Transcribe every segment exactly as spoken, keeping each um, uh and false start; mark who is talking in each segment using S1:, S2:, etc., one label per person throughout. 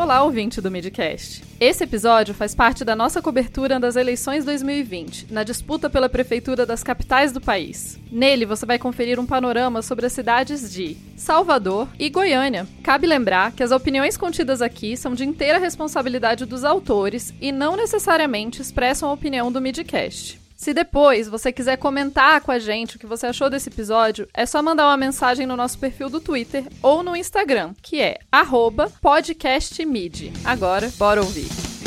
S1: Olá, ouvinte do Midcast. Esse episódio faz parte da nossa cobertura das eleições dois mil e vinte, na disputa pela prefeitura das capitais do país. Nele, você vai conferir um panorama sobre as cidades de Salvador e Goiânia. Cabe lembrar que as opiniões contidas aqui são de inteira responsabilidade dos autores e não necessariamente expressam a opinião do Midcast. Se depois você quiser comentar com a gente o que você achou desse episódio, é só mandar uma mensagem no nosso perfil do Twitter ou no Instagram, que é arroba podcastmid. Agora, bora ouvir.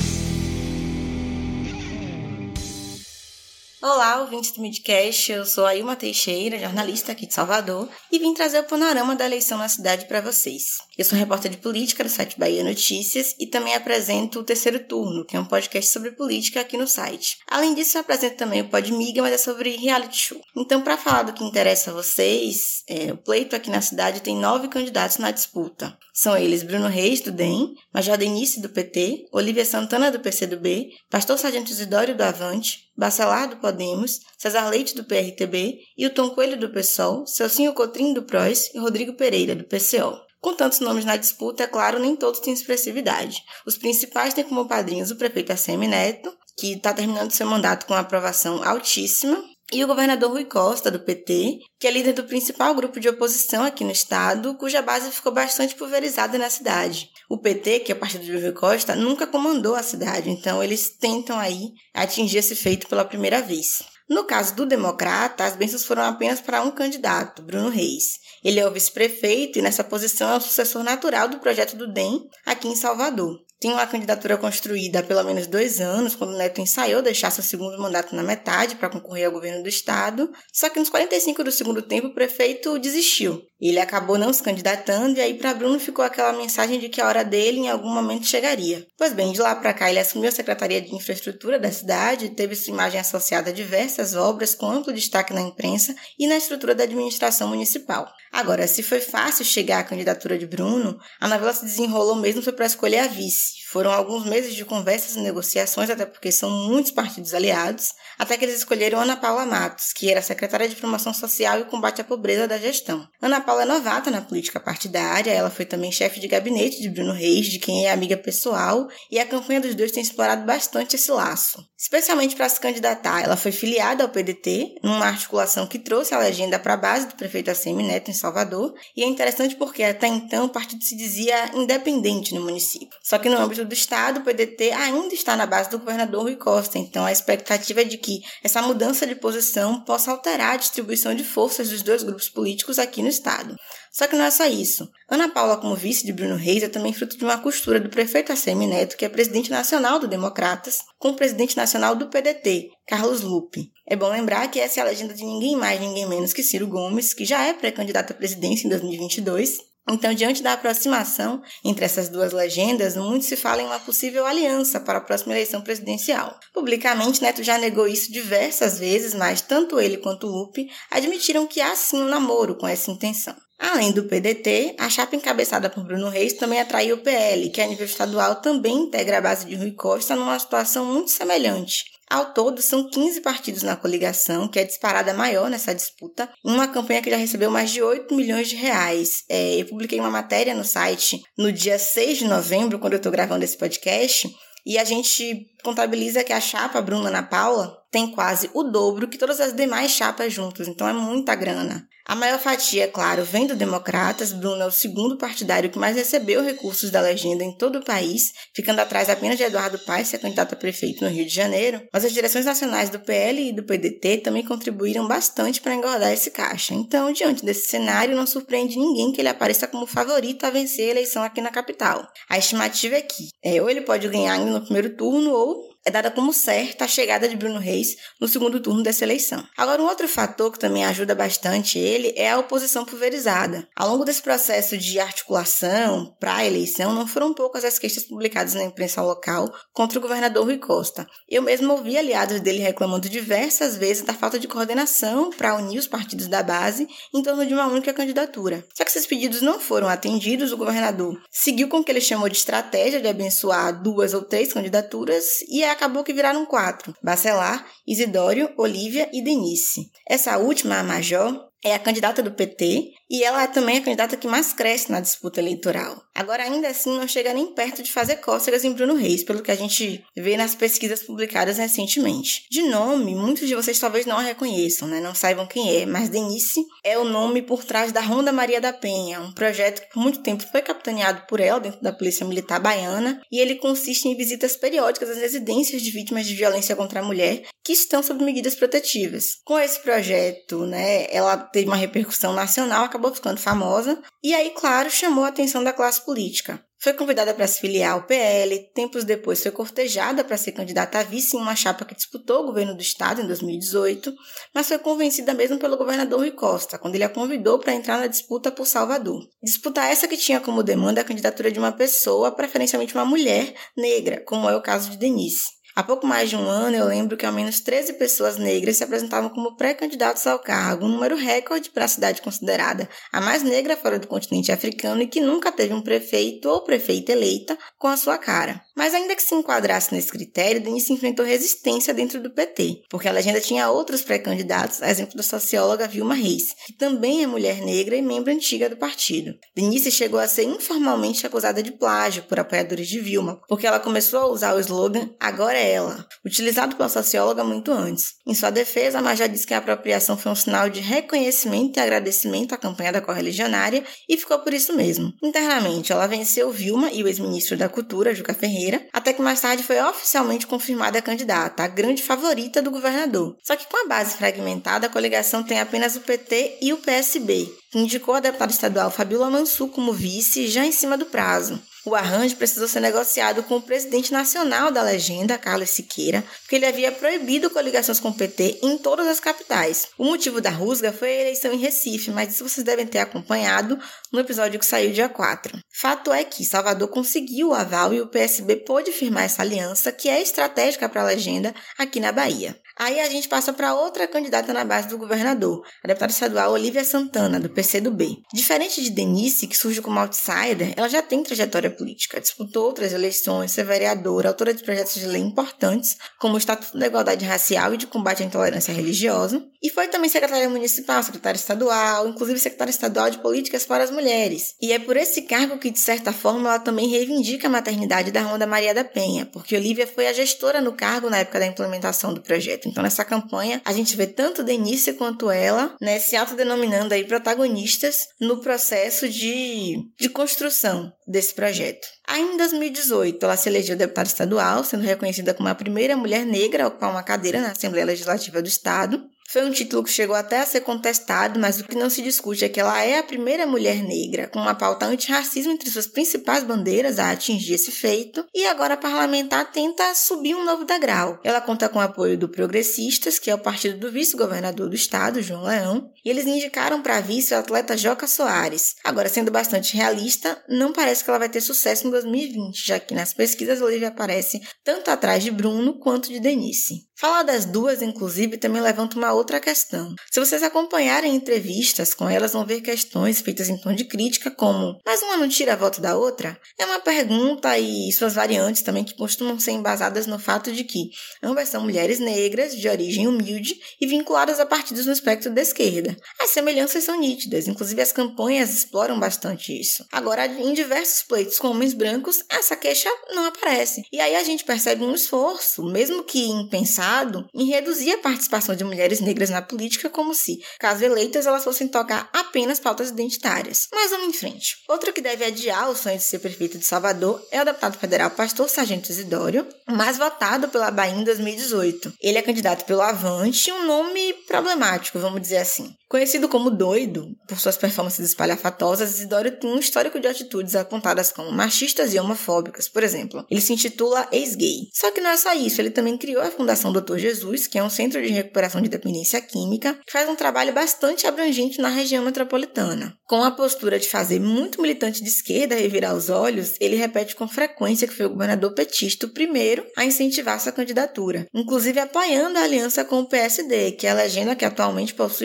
S2: Olá, ouvintes do Midcast, eu sou a Ilma Teixeira, jornalista aqui de Salvador, e vim trazer o panorama da eleição na cidade para vocês. Eu sou repórter de política do site Bahia Notícias e também apresento o Terceiro Turno, que é um podcast sobre política aqui no site. Além disso, eu apresento também o Podmiga, mas é sobre reality show. Então, para falar do que interessa a vocês, é, o pleito aqui na cidade tem nove candidatos na disputa. São eles Bruno Reis, do D E M, Major Denise, do P T, Olívia Santana, do P C do B, Pastor Sargento Isidório, do Avante, Bacelar, do Podemos, Cesar Leite, do P R T B, Hilton Coelho, do PSOL, Celcinho Cotrim, do P R O S e Rodrigo Pereira, do P C O. Com tantos nomes na disputa, é claro, nem todos têm expressividade. Os principais têm como padrinhos o prefeito A C M Neto, que está terminando seu mandato com uma aprovação altíssima, e o governador Rui Costa, do P T, que é líder do principal grupo de oposição aqui no estado, cuja base ficou bastante pulverizada na cidade. O P T, que é o partido de Rui Costa, nunca comandou a cidade, então eles tentam aí atingir esse feito pela primeira vez. No caso do Democrata, as bênçãos foram apenas para um candidato, Bruno Reis. Ele é o vice-prefeito e nessa posição é o sucessor natural do projeto do D E M aqui em Salvador. Tem uma candidatura construída há pelo menos dois anos, quando o Neto ensaiou deixar seu segundo mandato na metade para concorrer ao governo do estado, só que nos quarenta e cinco do segundo tempo o prefeito desistiu. Ele acabou não se candidatando e aí para Bruno ficou aquela mensagem de que a hora dele em algum momento chegaria. Pois bem, de lá para cá ele assumiu a Secretaria de Infraestrutura da cidade, teve sua imagem associada a diversas obras com amplo destaque na imprensa e na estrutura da administração municipal. Agora, se foi fácil chegar à candidatura de Bruno, a novela se desenrolou mesmo foi para escolher a vice. Foram alguns meses de conversas e negociações, até porque são muitos partidos aliados, até que eles escolheram Ana Paula Matos, que era secretária de Promoção Social e Combate à Pobreza da gestão. Ana Paula é novata na política partidária, ela foi também chefe de gabinete de Bruno Reis, de quem é amiga pessoal, e a campanha dos dois tem explorado bastante esse laço. Especialmente para se candidatar, ela foi filiada ao P D T, numa articulação que trouxe a legenda para a base do prefeito A C M Neto em Salvador, e é interessante porque até então o partido se dizia independente no município. Só que no âmbito do estado, o P D T ainda está na base do governador Rui Costa, então a expectativa é de que essa mudança de posição possa alterar a distribuição de forças dos dois grupos políticos aqui no estado. Só que não é só isso. Ana Paula, como vice de Bruno Reis, é também fruto de uma costura do prefeito A C M Neto, que é presidente nacional do Democratas, com o presidente nacional do P D T, Carlos Lupe. É bom lembrar que essa é a legenda de ninguém mais, ninguém menos que Ciro Gomes, que já é pré-candidato à presidência em dois mil e vinte e dois. Então, diante da aproximação entre essas duas legendas, muito se fala em uma possível aliança para a próxima eleição presidencial. Publicamente, Neto já negou isso diversas vezes, mas tanto ele quanto Lupe admitiram que há sim um namoro com essa intenção. Além do P D T, a chapa encabeçada por Bruno Reis também atraiu o P L, que a nível estadual também integra a base de Rui Costa numa situação muito semelhante. Ao todo, são quinze partidos na coligação, que é a disparada maior nessa disputa, em uma campanha que já recebeu mais de oito milhões de reais. É, eu publiquei uma matéria no site no dia seis de novembro, quando eu estou gravando esse podcast, e a gente contabiliza que a chapa Bruna Ana Paula tem quase o dobro que todas as demais chapas juntas, então é muita grana. A maior fatia, é claro, vem do Democratas. Bruno é o segundo partidário que mais recebeu recursos da legenda em todo o país, ficando atrás apenas de Eduardo Paes, que é candidato a prefeito no Rio de Janeiro. Mas as direções nacionais do P L e do P D T também contribuíram bastante para engordar esse caixa. Então, diante desse cenário, não surpreende ninguém que ele apareça como favorito a vencer a eleição aqui na capital. A estimativa é que é, ou ele pode ganhar ainda no primeiro turno, ou é dada como certa a chegada de Bruno Reis no segundo turno dessa eleição. Agora, um outro fator que também ajuda bastante ele é a oposição pulverizada. Ao longo desse processo de articulação para a eleição, não foram poucas as queixas publicadas na imprensa local contra o governador Rui Costa. Eu mesmo ouvi aliados dele reclamando diversas vezes da falta de coordenação para unir os partidos da base em torno de uma única candidatura. Só que esses pedidos não foram atendidos, o governador seguiu com o que ele chamou de estratégia de abençoar duas ou três candidaturas e acabou que viraram quatro: Bacelar, Isidório, Olívia e Denise. Essa última, a Major, é a candidata do P T E ela é também a candidata que mais cresce na disputa eleitoral. Agora, ainda assim, não chega nem perto de fazer cócegas em Bruno Reis, pelo que a gente vê nas pesquisas publicadas recentemente. De nome, muitos de vocês talvez não a reconheçam, né? Não saibam quem é, mas Denise é o nome por trás da Ronda Maria da Penha, um projeto que por muito tempo foi capitaneado por ela dentro da Polícia Militar Baiana, e ele consiste em visitas periódicas às residências de vítimas de violência contra a mulher que estão sob medidas protetivas. Com esse projeto, né, ela teve uma repercussão nacional, acabou ficando famosa, e aí, claro, chamou a atenção da classe política. Foi convidada para se filiar ao P L, tempos depois foi cortejada para ser candidata a vice em uma chapa que disputou o governo do estado em dois mil e dezoito, mas foi convencida mesmo pelo governador Rui Costa, quando ele a convidou para entrar na disputa por Salvador. Disputa essa que tinha como demanda a candidatura de uma pessoa, preferencialmente uma mulher negra, como é o caso de Denise. Há pouco mais de um ano, eu lembro que ao menos treze pessoas negras se apresentavam como pré-candidatos ao cargo, um número recorde para a cidade considerada a mais negra fora do continente africano e que nunca teve um prefeito ou prefeita eleita com a sua cara. Mas ainda que se enquadrasse nesse critério, Denise enfrentou resistência dentro do P T, porque a legenda tinha outros pré-candidatos, a exemplo da socióloga Vilma Reis, que também é mulher negra e membro antiga do partido. Denise chegou a ser informalmente acusada de plágio por apoiadores de Vilma, porque ela começou a usar o slogan "Agora é ela", utilizado pela socióloga muito antes. Em sua defesa, a Majá disse que a apropriação foi um sinal de reconhecimento e agradecimento à campanha da correligionária e ficou por isso mesmo. Internamente, ela venceu Vilma e o ex-ministro da Cultura, Juca Ferreira, até que mais tarde foi oficialmente confirmada a candidata, a grande favorita do governador. Só que com a base fragmentada, a coligação tem apenas o P T e o P S B, que indicou a deputada estadual Fabíola Mansur como vice já em cima do prazo. O arranjo precisou ser negociado com o presidente nacional da legenda, Carlos Siqueira, porque ele havia proibido coligações com o P T em todas as capitais. O motivo da rusga foi a eleição em Recife, mas isso vocês devem ter acompanhado no episódio que saiu dia quatro. Fato é que Salvador conseguiu o aval e o P S B pôde firmar essa aliança, que é estratégica para a legenda aqui na Bahia. Aí a gente passa para outra candidata na base do governador, a deputada estadual Olívia Santana, do P C do B. Diferente de Denise, que surge como outsider, ela já tem trajetória política, disputou outras eleições, foi vereadora, autora de projetos de lei importantes, como o Estatuto da Igualdade Racial e de Combate à Intolerância Religiosa, e foi também secretária municipal, secretária estadual, inclusive secretária estadual de Políticas para as Mulheres. E é por esse cargo que, de certa forma, ela também reivindica a maternidade da Ronda Maria da Penha, porque Olívia foi a gestora no cargo na época da implementação do projeto. Então, nessa campanha, a gente vê tanto Denise quanto ela, né, se autodenominando aí protagonistas no processo de, de construção desse projeto. Ainda em dois mil e dezoito, ela se elegeu deputada estadual, sendo reconhecida como a primeira mulher negra a ocupar uma cadeira na Assembleia Legislativa do Estado. Foi um título que chegou até a ser contestado, mas o que não se discute é que ela é a primeira mulher negra com uma pauta antirracismo entre suas principais bandeiras a atingir esse feito, e agora a parlamentar tenta subir um novo degrau. Ela conta com o apoio do Progressistas, que é o partido do vice-governador do estado, João Leão, e eles indicaram para vice o atleta Joca Soares. Agora, sendo bastante realista, não parece que ela vai ter sucesso em dois mil e vinte, já que nas pesquisas Olívia aparece tanto atrás de Bruno quanto de Denise. Falar das duas, inclusive, também levanta uma outra questão. Se vocês acompanharem entrevistas com elas, vão ver questões feitas em tom de crítica como "mas uma não tira a voto da outra?" É uma pergunta e suas variantes também que costumam ser embasadas no fato de que ambas são mulheres negras, de origem humilde e vinculadas a partidos no espectro da esquerda. As semelhanças são nítidas, inclusive as campanhas exploram bastante isso. Agora, em diversos pleitos com homens brancos, essa queixa não aparece. E aí a gente percebe um esforço, mesmo que impensado, em reduzir a participação de mulheres negras na política, como se, caso eleitas, elas fossem tocar apenas pautas identitárias. Mas vamos em frente. Outro que deve adiar o sonho de ser prefeito de Salvador é o deputado federal Pastor Sargento Isidório, mais votado pela Bahia em dois mil e dezoito. Ele é candidato pelo Avante, um nome problemático, vamos dizer assim. Conhecido como doido por suas performances espalhafatosas, Isidório tem um histórico de atitudes apontadas como machistas e homofóbicas, por exemplo. Ele se intitula ex-gay. Só que não é só isso, ele também criou a Fundação doutor Jesus, que é um centro de recuperação de dependência química, que faz um trabalho bastante abrangente na região metropolitana. Com a postura de fazer muito militante de esquerda revirar os olhos, ele repete com frequência que foi o governador petista o primeiro a incentivar sua candidatura, inclusive apoiando a aliança com o P S D, que é a legenda que atualmente possui o maior número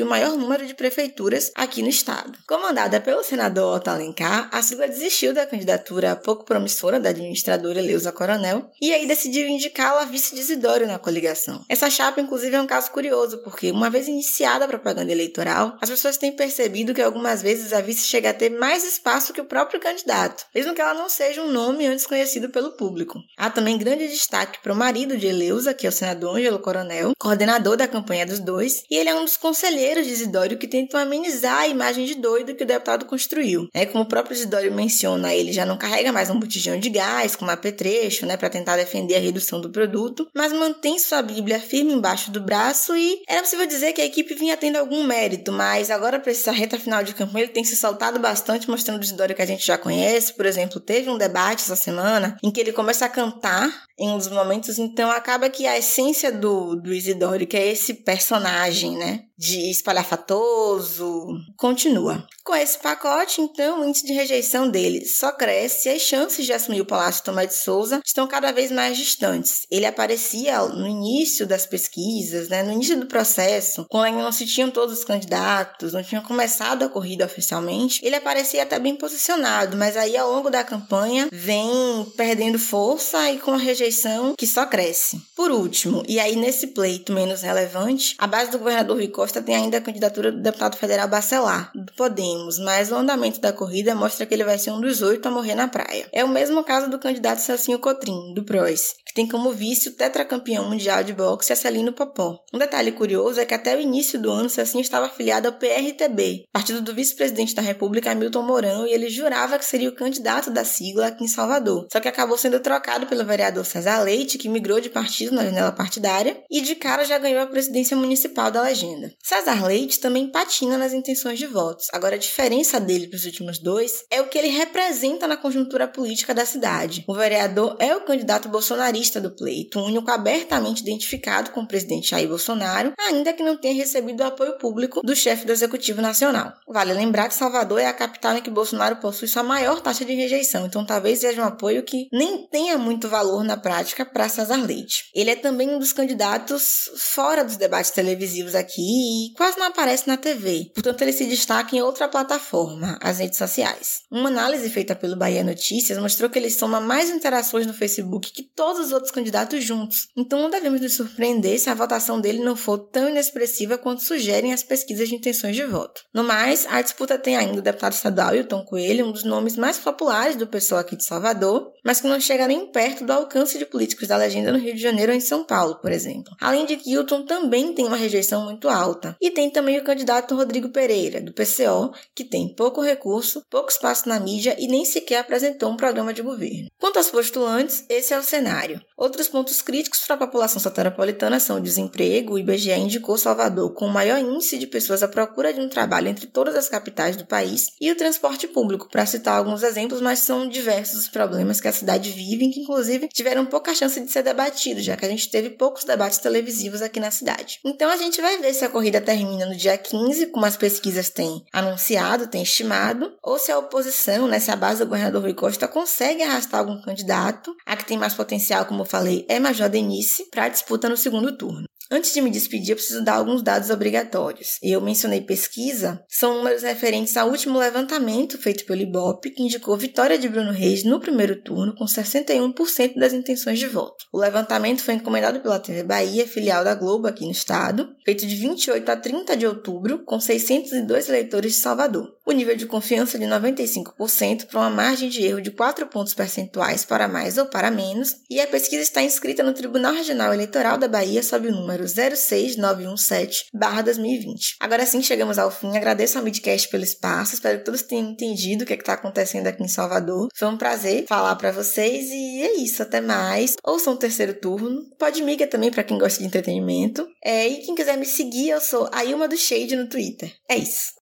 S2: número de prefeituras aqui no estado. Comandada pelo senador Otto Alencar, a sigla desistiu da candidatura pouco promissora da administradora Eleusa Coronel e aí decidiu indicá-la a vice de Isidório na coligação. Essa chapa, inclusive, é um caso curioso, porque uma vez iniciada a propaganda eleitoral, as pessoas têm percebido que algumas vezes a vice chega a ter mais espaço que o próprio candidato, mesmo que ela não seja um nome antes conhecido pelo público. Há também grande destaque para o marido de Eleusa, que é o senador Ângelo Coronel, coordenador da campanha dos dois, e ele é um dos conselheiros de Isidório que tentam amenizar a imagem de doido que o deputado construiu. É, como o próprio Isidório menciona, ele já não carrega mais um botijão de gás com um apetrecho, né, para tentar defender a redução do produto, mas mantém sua Bíblia firme embaixo do braço e era possível dizer que a equipe vinha tendo algum mérito, mas agora para essa reta final de campanha ele tem se soltado bastante, mostrando o Isidório que a gente já conhece. Por exemplo, teve um debate essa semana em que ele começa a cantar em um dos momentos, então acaba que a essência do, do Isidório, que é esse personagem, né, de espalhafatoso, continua. Com esse pacote, então, o índice de rejeição dele só cresce e as chances de assumir o Palácio Thomaz de Souza estão cada vez mais distantes. Ele aparecia no início das pesquisas, né, no início do processo, quando ainda não se tinham todos os candidatos, não tinha começado a corrida oficialmente, ele aparecia até bem posicionado, mas aí ao longo da campanha vem perdendo força e com a rejeição que só cresce. Por último, e aí nesse pleito menos relevante, a base do governador Rui Costa tem ainda a candidatura do deputado federal Bacelar, do Podemos, mas o andamento da corrida mostra que ele vai ser um dos oito a morrer na praia. É o mesmo caso do candidato Celcinho Cotrim, do P R O S, que tem como vice o tetracampeão mundial de boxe Acelino Popó. Um detalhe curioso é que até o início do ano Celcinho estava afiliado ao P R T B, partido do vice-presidente da República Hamilton Mourão, e ele jurava que seria o candidato da sigla aqui em Salvador, só que acabou sendo trocado pelo vereador César Leite, que migrou de partido na janela partidária, e de cara já ganhou a presidência municipal da legenda. César Leite também patina nas intenções de votos. Agora, a diferença dele para os últimos dois é o que ele representa na conjuntura política da cidade. O vereador é o candidato bolsonarista do pleito, o único abertamente identificado com o presidente Jair Bolsonaro, ainda que não tenha recebido o apoio público do chefe do Executivo Nacional. Vale lembrar que Salvador é a capital em que Bolsonaro possui sua maior taxa de rejeição, então talvez seja um apoio que nem tenha muito valor na prática para César Leite. Ele é também um dos candidatos fora dos debates televisivos aqui e quase não aparece na T V, portanto ele se destaca em outra plataforma, as redes sociais. Uma análise feita pelo Bahia Notícias mostrou que ele soma mais interações no Facebook que todos os outros candidatos juntos, então não devemos nos surpreender se a votação dele não for tão inexpressiva quanto sugerem as pesquisas de intenções de voto. No mais, a disputa tem ainda o deputado estadual Hilton Coelho, um dos nomes mais populares do pessoal aqui de Salvador, mas que não chega nem perto do alcance de políticos da legenda no Rio de Janeiro ou em São Paulo, por exemplo. Além de que Hilton também tem uma rejeição muito alta. E tem também o candidato Rodrigo Pereira, do P C O, que tem pouco recurso, pouco espaço na mídia e nem sequer apresentou um programa de governo. Quanto aos postulantes, esse é o cenário. Outros pontos críticos para a população soteropolitana são o desemprego. O I B G E indicou Salvador com o maior índice de pessoas à procura de um trabalho entre todas as capitais do país, e o transporte público, para citar alguns exemplos, mas são diversos os problemas que a cidade vive, que inclusive tiveram pouca chance de ser debatidos, já que a gente teve poucos debates televisivos aqui na cidade. Então a gente vai ver se a corrida termina no dia quinze, como as pesquisas têm anunciado, têm estimado, ou se a oposição, né, se a base do governador Rui Costa consegue arrastar algum candidato. A que tem mais potencial, como eu falei, é Major Denise, para a disputa no segundo turno. Antes de me despedir, eu preciso dar alguns dados obrigatórios. Eu mencionei pesquisa, são números referentes ao último levantamento feito pelo Ibope, que indicou vitória de Bruno Reis no primeiro turno, com sessenta e um por cento das intenções de voto. O levantamento foi encomendado pela T V Bahia, filial da Globo aqui no estado, feito de vinte e oito a trinta de outubro, com seiscentos e dois eleitores de Salvador. O nível de confiança de noventa e cinco por cento para uma margem de erro de quatro pontos percentuais para mais ou para menos, e a pesquisa está inscrita no Tribunal Regional Eleitoral da Bahia sob o número zero seis nove um sete barra dois mil e vinte. Agora sim, chegamos ao fim. Agradeço ao Midcast pelo espaço. Espero que todos tenham entendido o que é está acontecendo aqui em Salvador. Foi um prazer falar para vocês e é isso. Até mais. Ouçam o terceiro turno. Podmiga também para quem gosta de entretenimento. É, e quem quiser me seguir, eu sou a Ilma do Shade no Twitter. É isso.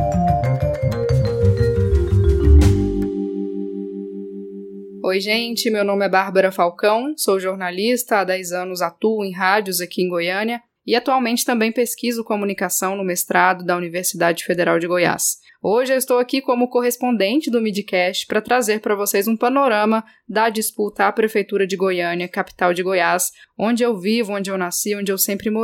S3: Oi, gente, meu nome é Bárbara Falcão, sou jornalista, há dez anos atuo em rádios aqui em Goiânia e atualmente também pesquiso comunicação no mestrado da Universidade Federal de Goiás. Hoje eu estou aqui como correspondente do Midcast para trazer para vocês um panorama da disputa à Prefeitura de Goiânia, capital de Goiás, onde eu vivo, onde eu nasci, onde eu sempre morei.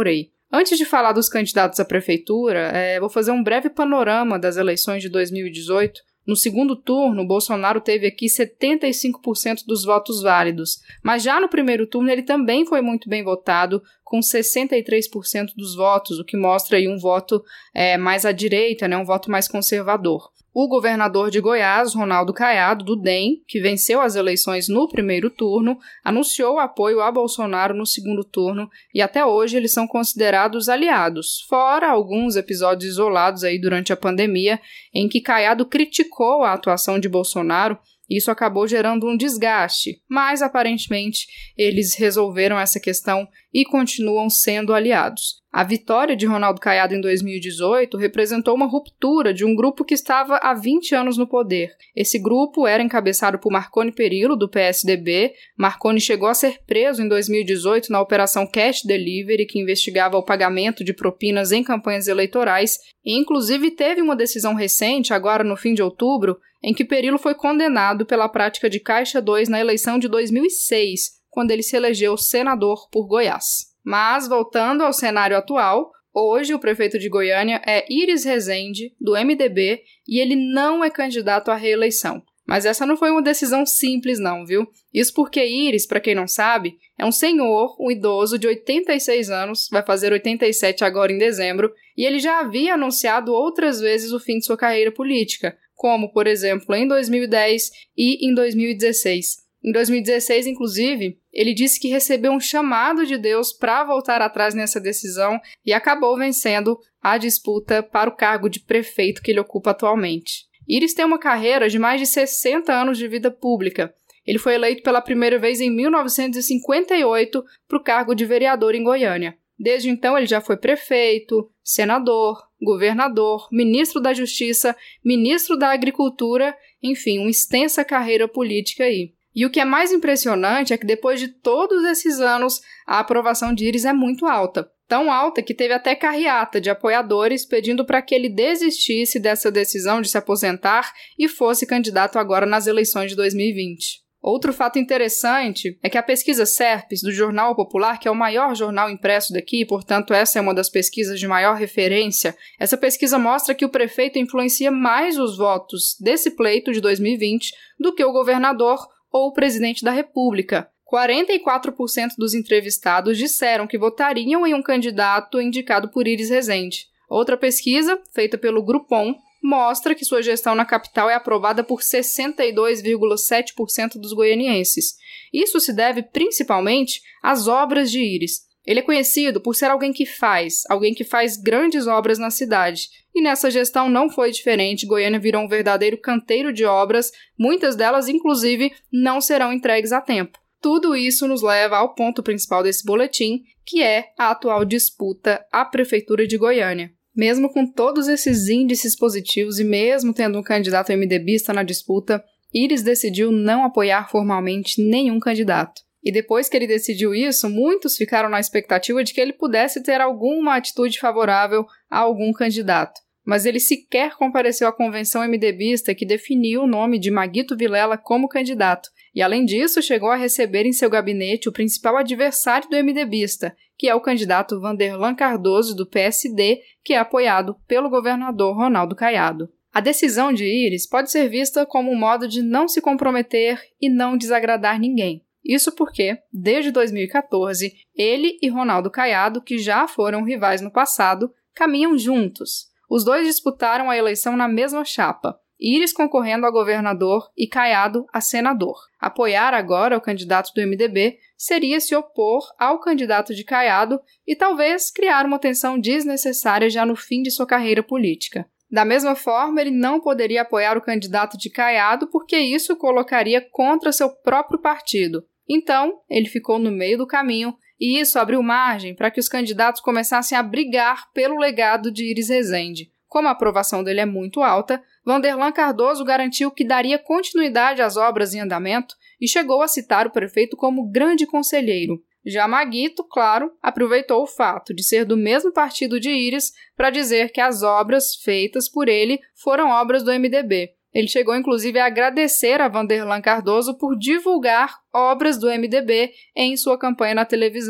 S3: Antes de falar dos candidatos à prefeitura, é, vou fazer um breve panorama das eleições de dois mil e dezoito. No segundo turno, Bolsonaro teve aqui setenta e cinco por cento dos votos válidos, mas já no primeiro turno ele também foi muito bem votado, com sessenta e três por cento dos votos, o que mostra aí um voto é, mais à direita, né, um voto mais conservador. O governador de Goiás, Ronaldo Caiado, do D E M, que venceu as eleições no primeiro turno, anunciou apoio a Bolsonaro no segundo turno e até hoje eles são considerados aliados, fora alguns episódios isolados aí durante a pandemia em que Caiado criticou a atuação de Bolsonaro. Isso acabou gerando um desgaste, mas aparentemente eles resolveram essa questão e continuam sendo aliados. A vitória de Ronaldo Caiado em dois mil e dezoito representou uma ruptura de um grupo que estava há vinte anos no poder. Esse grupo era encabeçado por Marconi Perillo, do P S D B. Marconi chegou a ser preso em dois mil e dezoito na Operação Cash Delivery, que investigava o pagamento de propinas em campanhas eleitorais, e inclusive teve uma decisão recente, agora no fim de outubro, em que Perillo foi condenado pela prática de Caixa dois na eleição de dois mil e seis, quando ele se elegeu senador por Goiás. Mas, voltando ao cenário atual, hoje o prefeito de Goiânia é Iris Rezende, do M D B, e ele não é candidato à reeleição. Mas essa não foi uma decisão simples não, viu? Isso porque Iris, para quem não sabe, é um senhor, um idoso de oitenta e seis anos, vai fazer oitenta e sete agora em dezembro, e ele já havia anunciado outras vezes o fim de sua carreira política, como, por exemplo, em dois mil e dez e em dois mil e dezesseis. Em dois mil e dezesseis, inclusive, ele disse que recebeu um chamado de Deus para voltar atrás nessa decisão e acabou vencendo a disputa para o cargo de prefeito que ele ocupa atualmente. Iris tem uma carreira de mais de sessenta anos de vida pública. Ele foi eleito pela primeira vez em mil novecentos e cinquenta e oito para o cargo de vereador em Goiânia. Desde então, ele já foi prefeito, senador, governador, ministro da Justiça, ministro da Agricultura, enfim, uma extensa carreira política aí. E o que é mais impressionante é que depois de todos esses anos, a aprovação de Iris é muito alta. Tão alta que teve até carreata de apoiadores pedindo para que ele desistisse dessa decisão de se aposentar e fosse candidato agora nas eleições de dois mil e vinte. Outro fato interessante é que a pesquisa Serpes, do Jornal Popular, que é o maior jornal impresso daqui, portanto essa é uma das pesquisas de maior referência, essa pesquisa mostra que o prefeito influencia mais os votos desse pleito de dois mil e vinte do que o governador ou o presidente da República. quarenta e quatro por cento dos entrevistados disseram que votariam em um candidato indicado por Iris Rezende. Outra pesquisa, feita pelo Groupon, mostra que sua gestão na capital é aprovada por sessenta e dois vírgula sete por cento dos goianienses. Isso se deve principalmente às obras de Iris. Ele é conhecido por ser alguém que faz, alguém que faz grandes obras na cidade. E nessa gestão não foi diferente, Goiânia virou um verdadeiro canteiro de obras, muitas delas, inclusive, não serão entregues a tempo. Tudo isso nos leva ao ponto principal desse boletim, que é a atual disputa à Prefeitura de Goiânia. Mesmo com todos esses índices positivos e mesmo tendo um candidato MDBista na disputa, Iris decidiu não apoiar formalmente nenhum candidato. E depois que ele decidiu isso, muitos ficaram na expectativa de que ele pudesse ter alguma atitude favorável a algum candidato. Mas ele sequer compareceu à convenção MDBista que definiu o nome de Maguito Vilela como candidato. E além disso, chegou a receber em seu gabinete o principal adversário do MDBista, que é o candidato Vanderlan Cardoso, do P S D, que é apoiado pelo governador Ronaldo Caiado. A decisão de Iris pode ser vista como um modo de não se comprometer e não desagradar ninguém. Isso porque, desde dois mil e quatorze, ele e Ronaldo Caiado, que já foram rivais no passado, caminham juntos. Os dois disputaram a eleição na mesma chapa, Iris concorrendo a governador e Caiado a senador. Apoiar agora o candidato do M D B seria se opor ao candidato de Caiado e talvez criar uma tensão desnecessária já no fim de sua carreira política. Da mesma forma, ele não poderia apoiar o candidato de Caiado porque isso o colocaria contra seu próprio partido. Então, ele ficou no meio do caminho e isso abriu margem para que os candidatos começassem a brigar pelo legado de Iris Rezende. Como a aprovação dele é muito alta, Vanderlan Cardoso garantiu que daria continuidade às obras em andamento e chegou a citar o prefeito como grande conselheiro. Já Maguito, claro, aproveitou o fato de ser do mesmo partido de Iris para dizer que as obras feitas por ele foram obras do M D B. Ele chegou inclusive a agradecer a Vanderlan Cardoso por divulgar obras do M D B em sua campanha na televisão.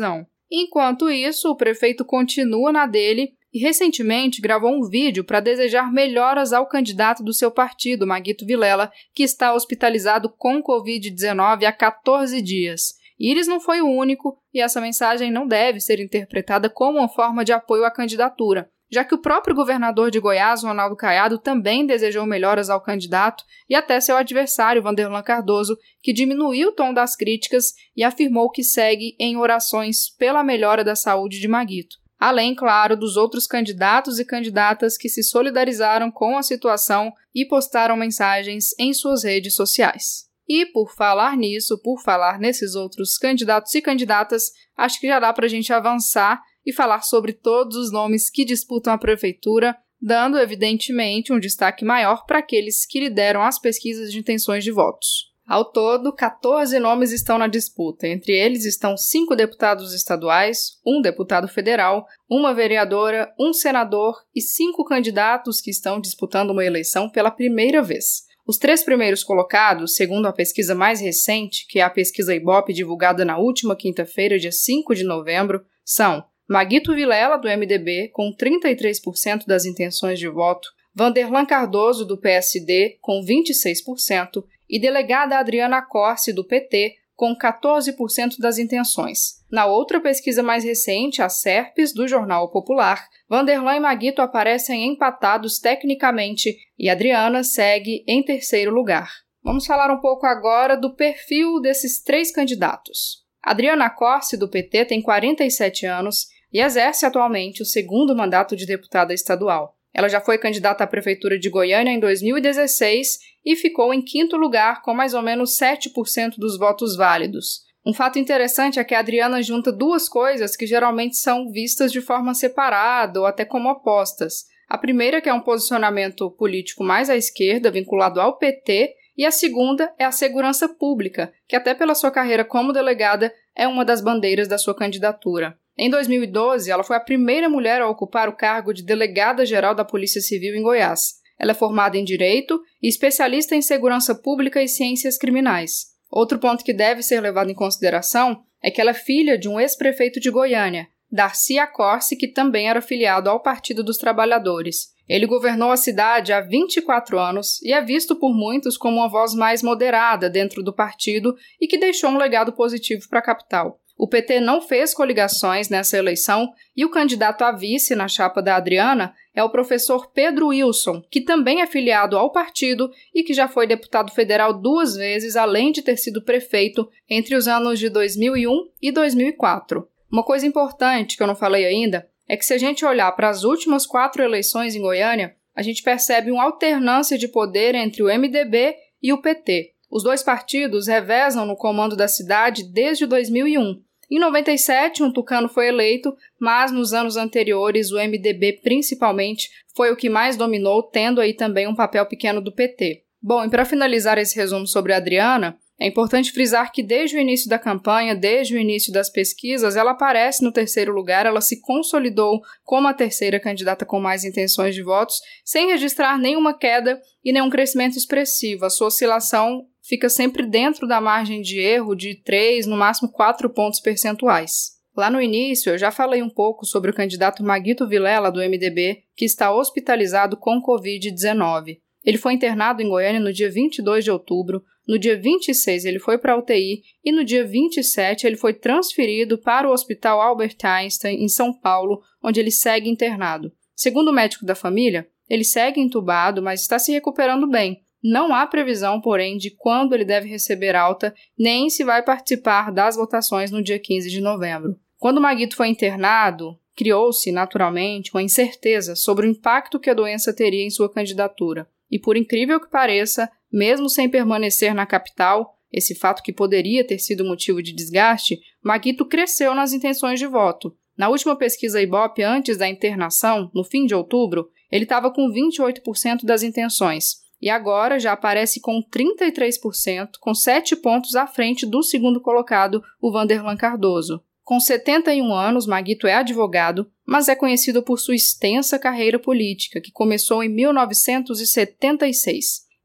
S3: Enquanto isso, o prefeito continua na dele e recentemente gravou um vídeo para desejar melhoras ao candidato do seu partido, Maguito Vilela, que está hospitalizado com covid dezenove há catorze dias. Íris não foi o único e essa mensagem não deve ser interpretada como uma forma de apoio à candidatura, já que o próprio governador de Goiás, Ronaldo Caiado, também desejou melhoras ao candidato e até seu adversário, Vanderlan Cardoso, que diminuiu o tom das críticas e afirmou que segue em orações pela melhora da saúde de Maguito. Além, claro, dos outros candidatos e candidatas que se solidarizaram com a situação e postaram mensagens em suas redes sociais. E por falar nisso, por falar nesses outros candidatos e candidatas, acho que já dá para a gente avançar e falar sobre todos os nomes que disputam a prefeitura, dando, evidentemente, um destaque maior para aqueles que lideram as pesquisas de intenções de votos. Ao todo, catorze nomes estão na disputa. Entre eles estão cinco deputados estaduais, um deputado federal, uma vereadora, um senador e cinco candidatos que estão disputando uma eleição pela primeira vez. Os três primeiros colocados, segundo a pesquisa mais recente, que é a pesquisa Ibope divulgada na última quinta-feira, dia cinco de novembro, são Maguito Vilela, do M D B, com trinta e três por cento das intenções de voto, Vanderlan Cardoso, do P S D, com vinte e seis por cento, e delegada Adriana Corsi, do P T, com quatorze por cento das intenções. Na outra pesquisa mais recente, a Serpes, do Jornal Popular, Vanderlan e Maguito aparecem empatados tecnicamente e Adriana segue em terceiro lugar. Vamos falar um pouco agora do perfil desses três candidatos. Adriana Corsi, do P T, tem quarenta e sete anos e exerce atualmente o segundo mandato de deputada estadual. Ela já foi candidata à Prefeitura de Goiânia em dois mil e dezesseis e ficou em quinto lugar com mais ou menos sete por cento dos votos válidos. Um fato interessante é que a Adriana junta duas coisas que geralmente são vistas de forma separada ou até como opostas. A primeira, que é um posicionamento político mais à esquerda, vinculado ao P T, e a segunda é a segurança pública, que até pela sua carreira como delegada é uma das bandeiras da sua candidatura. Em dois mil e doze, ela foi a primeira mulher a ocupar o cargo de delegada-geral da Polícia Civil em Goiás. Ela é formada em Direito e especialista em Segurança Pública e Ciências Criminais. Outro ponto que deve ser levado em consideração é que ela é filha de um ex-prefeito de Goiânia, Darcy Accorsi, que também era filiado ao Partido dos Trabalhadores. Ele governou a cidade há vinte e quatro anos e é visto por muitos como uma voz mais moderada dentro do partido e que deixou um legado positivo para a capital. O P T não fez coligações nessa eleição e o candidato a vice na chapa da Adriana é o professor Pedro Wilson, que também é filiado ao partido e que já foi deputado federal duas vezes, além de ter sido prefeito entre os anos de dois mil e um e dois mil e quatro. Uma coisa importante que eu não falei ainda é que se a gente olhar para as últimas quatro eleições em Goiânia, a gente percebe uma alternância de poder entre o M D B e o P T. Os dois partidos revezam no comando da cidade desde dois mil e um. Em noventa e sete, um tucano foi eleito, mas nos anos anteriores o M D B principalmente foi o que mais dominou, tendo aí também um papel pequeno do P T. Bom, e para finalizar esse resumo sobre a Adriana, é importante frisar que desde o início da campanha, desde o início das pesquisas, ela aparece no terceiro lugar, ela se consolidou como a terceira candidata com mais intenções de votos, sem registrar nenhuma queda e nenhum crescimento expressivo. A sua oscilação fica sempre dentro da margem de erro de três, no máximo quatro pontos percentuais. Lá no início, eu já falei um pouco sobre o candidato Maguito Vilela, do M D B, que está hospitalizado com covid dezenove. Ele foi internado em Goiânia no dia vinte e dois de outubro, no dia vinte e seis ele foi para a U T I e no dia vinte e sete ele foi transferido para o Hospital Albert Einstein, em São Paulo, onde ele segue internado. Segundo o médico da família, ele segue entubado, mas está se recuperando bem. Não há previsão, porém, de quando ele deve receber alta, nem se vai participar das votações no dia quinze de novembro. Quando Maguito foi internado, criou-se, naturalmente, uma incerteza sobre o impacto que a doença teria em sua candidatura. E por incrível que pareça, mesmo sem permanecer na capital, esse fato que poderia ter sido motivo de desgaste, Maguito cresceu nas intenções de voto. Na última pesquisa Ibope, antes da internação, no fim de outubro, ele estava com vinte e oito por cento das intenções. E agora já aparece com trinta e três por cento, com sete pontos à frente do segundo colocado, o Vanderlan Cardoso. Com setenta e um anos, Maguito é advogado, mas é conhecido por sua extensa carreira política, que começou em mil novecentos e setenta e seis.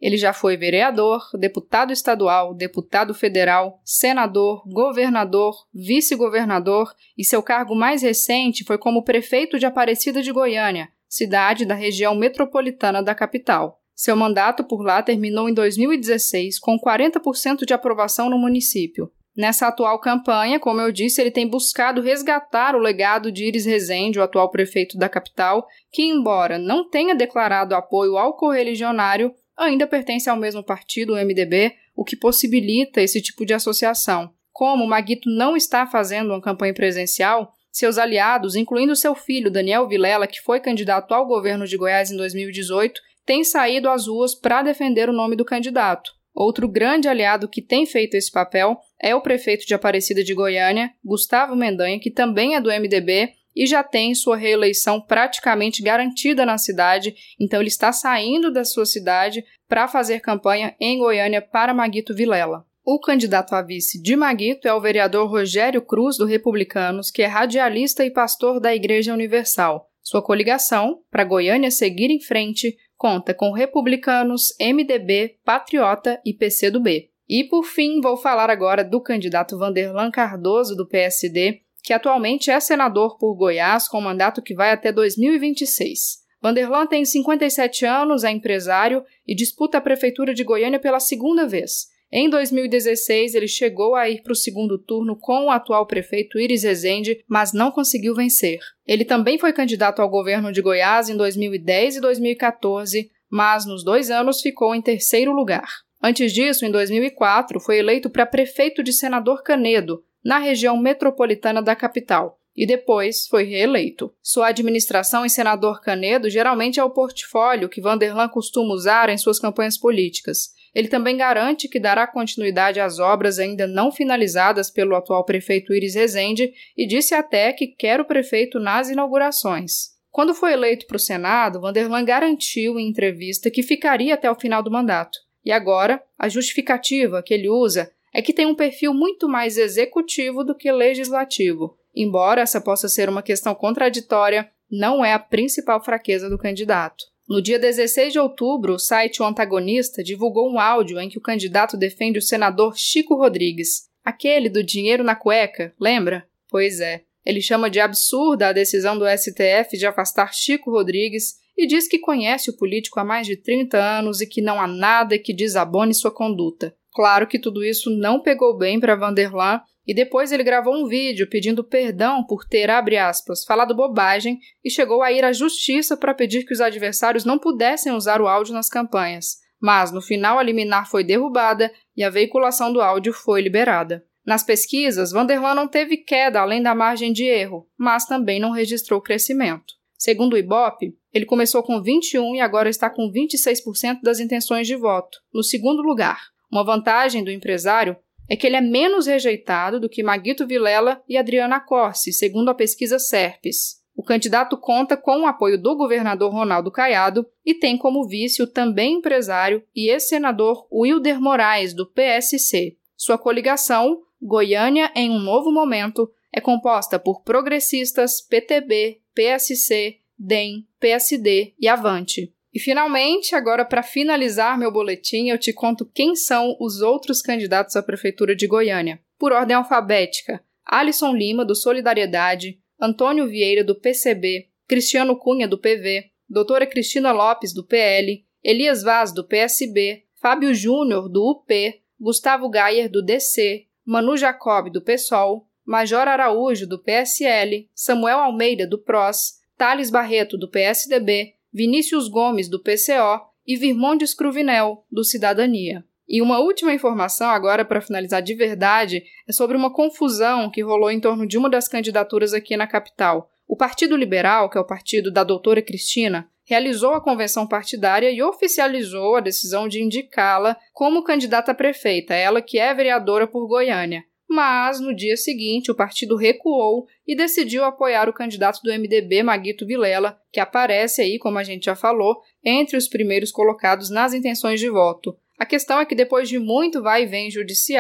S3: Ele já foi vereador, deputado estadual, deputado federal, senador, governador, vice-governador e seu cargo mais recente foi como prefeito de Aparecida de Goiânia, cidade da região metropolitana da capital. Seu mandato por lá terminou em dois mil e dezesseis com quarenta por cento de aprovação no município. Nessa atual campanha, como eu disse, ele tem buscado resgatar o legado de Iris Rezende, o atual prefeito da capital, que, embora não tenha declarado apoio ao correligionário, ainda pertence ao mesmo partido, o M D B, o que possibilita esse tipo de associação. Como Maguito não está fazendo uma campanha presencial, seus aliados, incluindo seu filho, Daniel Vilela, que foi candidato ao governo de Goiás em dois mil e dezoito, têm saído às ruas para defender o nome do candidato. Outro grande aliado que tem feito esse papel é o prefeito de Aparecida de Goiânia, Gustavo Mendanha, que também é do M D B e já tem sua reeleição praticamente garantida na cidade, então ele está saindo da sua cidade para fazer campanha em Goiânia para Maguito Vilela. O candidato a vice de Maguito é o vereador Rogério Cruz, do Republicanos, que é radialista e pastor da Igreja Universal. Sua coligação, para Goiânia seguir em frente, conta com Republicanos, M D B, Patriota e P C do B. E, por fim, vou falar agora do candidato Vanderlan Cardoso, do P S D, que atualmente é senador por Goiás, com mandato que vai até dois mil e vinte e seis. Vanderlan tem cinquenta e sete anos, é empresário e disputa a prefeitura de Goiânia pela segunda vez. Em dois mil e dezesseis, ele chegou a ir para o segundo turno com o atual prefeito Iris Rezende, mas não conseguiu vencer. Ele também foi candidato ao governo de Goiás em dois mil e dez e dois mil e quatorze, mas nos dois anos ficou em terceiro lugar. Antes disso, em dois mil e quatro, foi eleito para prefeito de Senador Canedo, na região metropolitana da capital, e depois foi reeleito. Sua administração em Senador Canedo geralmente é o portfólio que Vanderlan costuma usar em suas campanhas políticas. Ele também garante que dará continuidade às obras ainda não finalizadas pelo atual prefeito Iris Rezende e disse até que quer o prefeito nas inaugurações. Quando foi eleito para o Senado, Vanderlan garantiu em entrevista que ficaria até o final do mandato. E agora, a justificativa que ele usa é que tem um perfil muito mais executivo do que legislativo. Embora essa possa ser uma questão contraditória, não é a principal fraqueza do candidato. No dia dezesseis de outubro, o site O Antagonista divulgou um áudio em que o candidato defende o senador Chico Rodrigues, aquele do dinheiro na cueca, lembra? Pois é, ele chama de absurda a decisão do S T F de afastar Chico Rodrigues e diz que conhece o político há mais de trinta anos e que não há nada que desabone sua conduta. Claro que tudo isso não pegou bem para Vanderlan, e depois ele gravou um vídeo pedindo perdão por ter, abre aspas, falado bobagem e chegou a ir à justiça para pedir que os adversários não pudessem usar o áudio nas campanhas. Mas, no final, a liminar foi derrubada e a veiculação do áudio foi liberada. Nas pesquisas, Vanderlan não teve queda além da margem de erro, mas também não registrou crescimento. Segundo o Ibope, ele começou com vinte e um por cento e agora está com vinte e seis por cento das intenções de voto, no segundo lugar. Uma vantagem do empresário é que ele é menos rejeitado do que Maguito Vilela e Adriana Corsi, segundo a pesquisa Serpes. O candidato conta com o apoio do governador Ronaldo Caiado e tem como vice o também empresário e ex-senador Wilder Moraes, do P S C. Sua coligação, Goiânia em um Novo Momento, é composta por progressistas, P T B, P S C, D E M, P S D e Avante. E, finalmente, agora para finalizar meu boletim, eu te conto quem são os outros candidatos à Prefeitura de Goiânia. Por ordem alfabética, Alisson Lima, do Solidariedade, Antônio Vieira, do P C B, Cristiano Cunha, do P V, doutora Cristina Lopes, do P L, Elias Vaz, do P S B, Fábio Júnior, do U P, Gustavo Gayer, do D C, Manu Jacob, do PSOL, Major Araújo, do P S L, Samuel Almeida, do P R O S, Thales Barreto, do P S D B, Vinícius Gomes, do P C O e Virmondes Cruvinel, do Cidadania. E uma última informação agora para finalizar de verdade é sobre uma confusão que rolou em torno de uma das candidaturas aqui na capital. O Partido Liberal, que é o partido da doutora Cristina, realizou a convenção partidária e oficializou a decisão de indicá-la como candidata a prefeita, ela que é vereadora por Goiânia. Mas, no dia seguinte, o partido recuou e decidiu apoiar o candidato do M D B, Maguito Vilela, que aparece aí, como a gente já falou, entre os primeiros colocados nas intenções de voto. A questão é que depois de muito vai e vem judicial,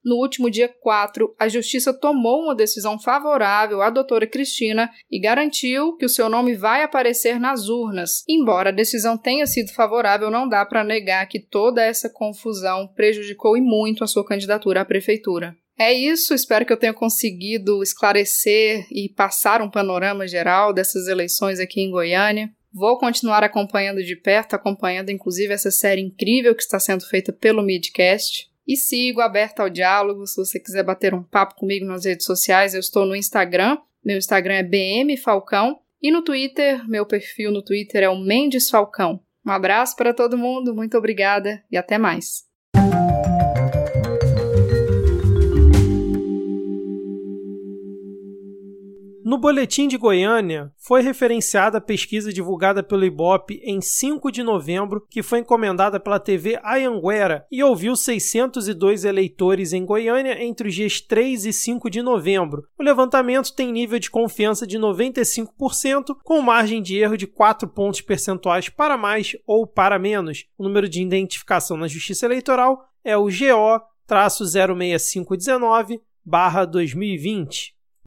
S3: no último dia quatro, a Justiça tomou uma decisão favorável à doutora Cristina e garantiu que o seu nome vai aparecer nas urnas. Embora a decisão tenha sido favorável, não dá para negar que toda essa confusão prejudicou e muito a sua candidatura à prefeitura. É isso, espero que eu tenha conseguido esclarecer e passar um panorama geral dessas eleições aqui em Goiânia. Vou continuar acompanhando de perto, acompanhando inclusive essa série incrível que está sendo feita pelo Midcast. E sigo aberta ao diálogo, se você quiser bater um papo comigo nas redes sociais, eu estou no Instagram, meu Instagram é B M Falcão, e no Twitter, meu perfil no Twitter é o Mendes Falcão. Um abraço para todo mundo, muito obrigada e até mais.
S4: No Boletim de Goiânia, foi referenciada a pesquisa divulgada pelo Ibope em cinco de novembro, que foi encomendada pela T V Anhanguera e ouviu seiscentos e dois eleitores em Goiânia entre os dias três e cinco de novembro. O levantamento tem nível de confiança de noventa e cinco por cento, com margem de erro de quatro pontos percentuais para mais ou para menos. O número de identificação na Justiça Eleitoral é o G O zero seis cinco um nove barra dois mil e vinte.